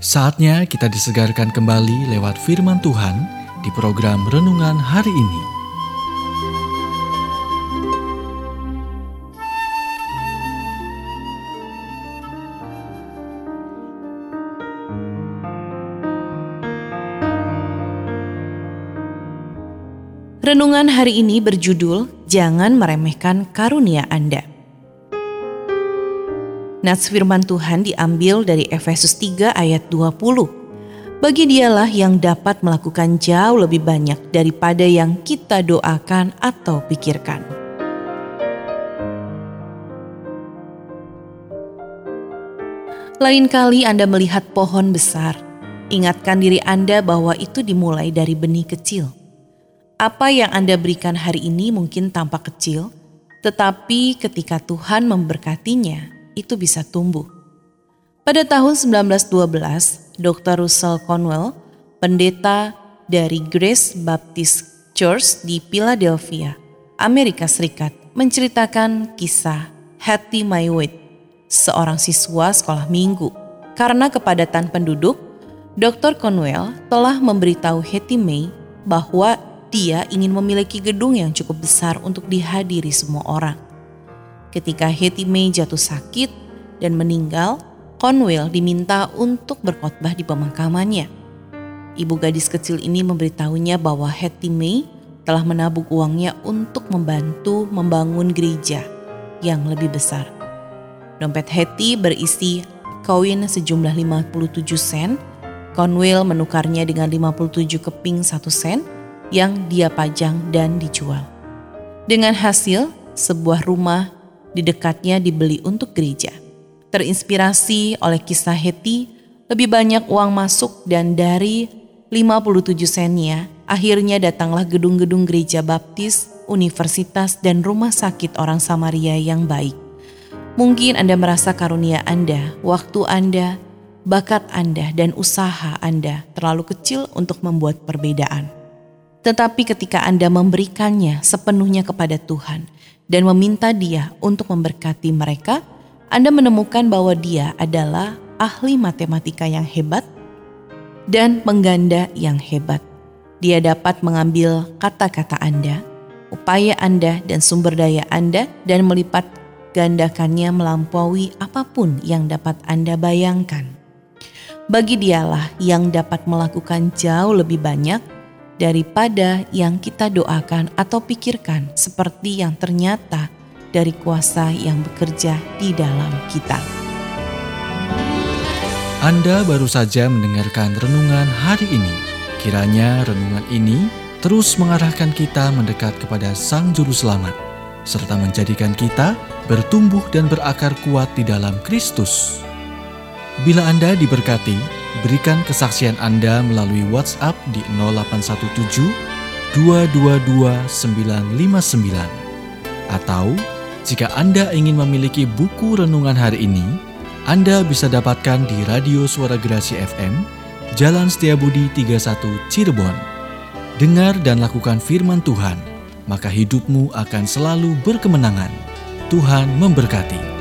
Saatnya kita disegarkan kembali lewat firman Tuhan di program Renungan Hari ini. Renungan hari ini berjudul Jangan Meremehkan Karunia Anda. Nats firman Tuhan diambil dari Efesus 3 ayat 20. Bagi dialah yang dapat melakukan jauh lebih banyak daripada yang kita doakan atau pikirkan. Lain kali Anda melihat pohon besar, ingatkan diri Anda bahwa itu dimulai dari benih kecil. Apa yang Anda berikan hari ini mungkin tampak kecil, tetapi ketika Tuhan memberkatinya, itu bisa tumbuh. Pada tahun 1912, Dr. Russell Conwell, pendeta dari Grace Baptist Church di Philadelphia, Amerika Serikat, menceritakan kisah Hattie Maywood, seorang siswa sekolah minggu. Karena kepadatan penduduk, Dr. Conwell telah memberitahu Hattie May bahwa dia ingin memiliki gedung yang cukup besar untuk dihadiri semua orang. Ketika Hattie May jatuh sakit dan meninggal, Conwell diminta untuk berkhotbah di pemakamannya. Ibu gadis kecil ini memberitahunya bahwa Hattie May telah menabung uangnya untuk membantu membangun gereja yang lebih besar. Dompet Hattie berisi koin sejumlah 57 sen. Conwell menukarnya dengan 57 keping 1 sen yang dia pajang dan dijual. Dengan hasil, sebuah rumah di dekatnya dibeli untuk gereja. Terinspirasi oleh kisah Hattie, lebih banyak uang masuk dan dari 57 sennya, akhirnya datanglah gedung-gedung gereja baptis, universitas, dan rumah sakit orang Samaria yang baik. Mungkin Anda merasa karunia Anda, waktu Anda, bakat Anda, dan usaha Anda terlalu kecil untuk membuat perbedaan. Tetapi ketika Anda memberikannya sepenuhnya kepada Tuhan dan meminta Dia untuk memberkati mereka, Anda menemukan bahwa Dia adalah ahli matematika yang hebat dan pengganda yang hebat. Dia dapat mengambil kata-kata Anda, upaya Anda, dan sumber daya Anda dan melipat gandakannya melampaui apapun yang dapat Anda bayangkan. Bagi Dialah yang dapat melakukan jauh lebih banyak daripada yang kita doakan atau pikirkan, seperti yang ternyata dari kuasa yang bekerja di dalam kita. Anda baru saja mendengarkan renungan hari ini. Kiranya renungan ini terus mengarahkan kita mendekat kepada Sang Juru Selamat, serta menjadikan kita bertumbuh dan berakar kuat di dalam Kristus. Bila Anda diberkati, berikan kesaksian Anda melalui WhatsApp di 0817 222 959. Atau jika Anda ingin memiliki buku renungan hari ini, Anda bisa dapatkan di Radio Suara Gerasi FM, Jalan Setiabudi 31 Cirebon. Dengar dan lakukan firman Tuhan, maka hidupmu akan selalu berkemenangan. Tuhan memberkati.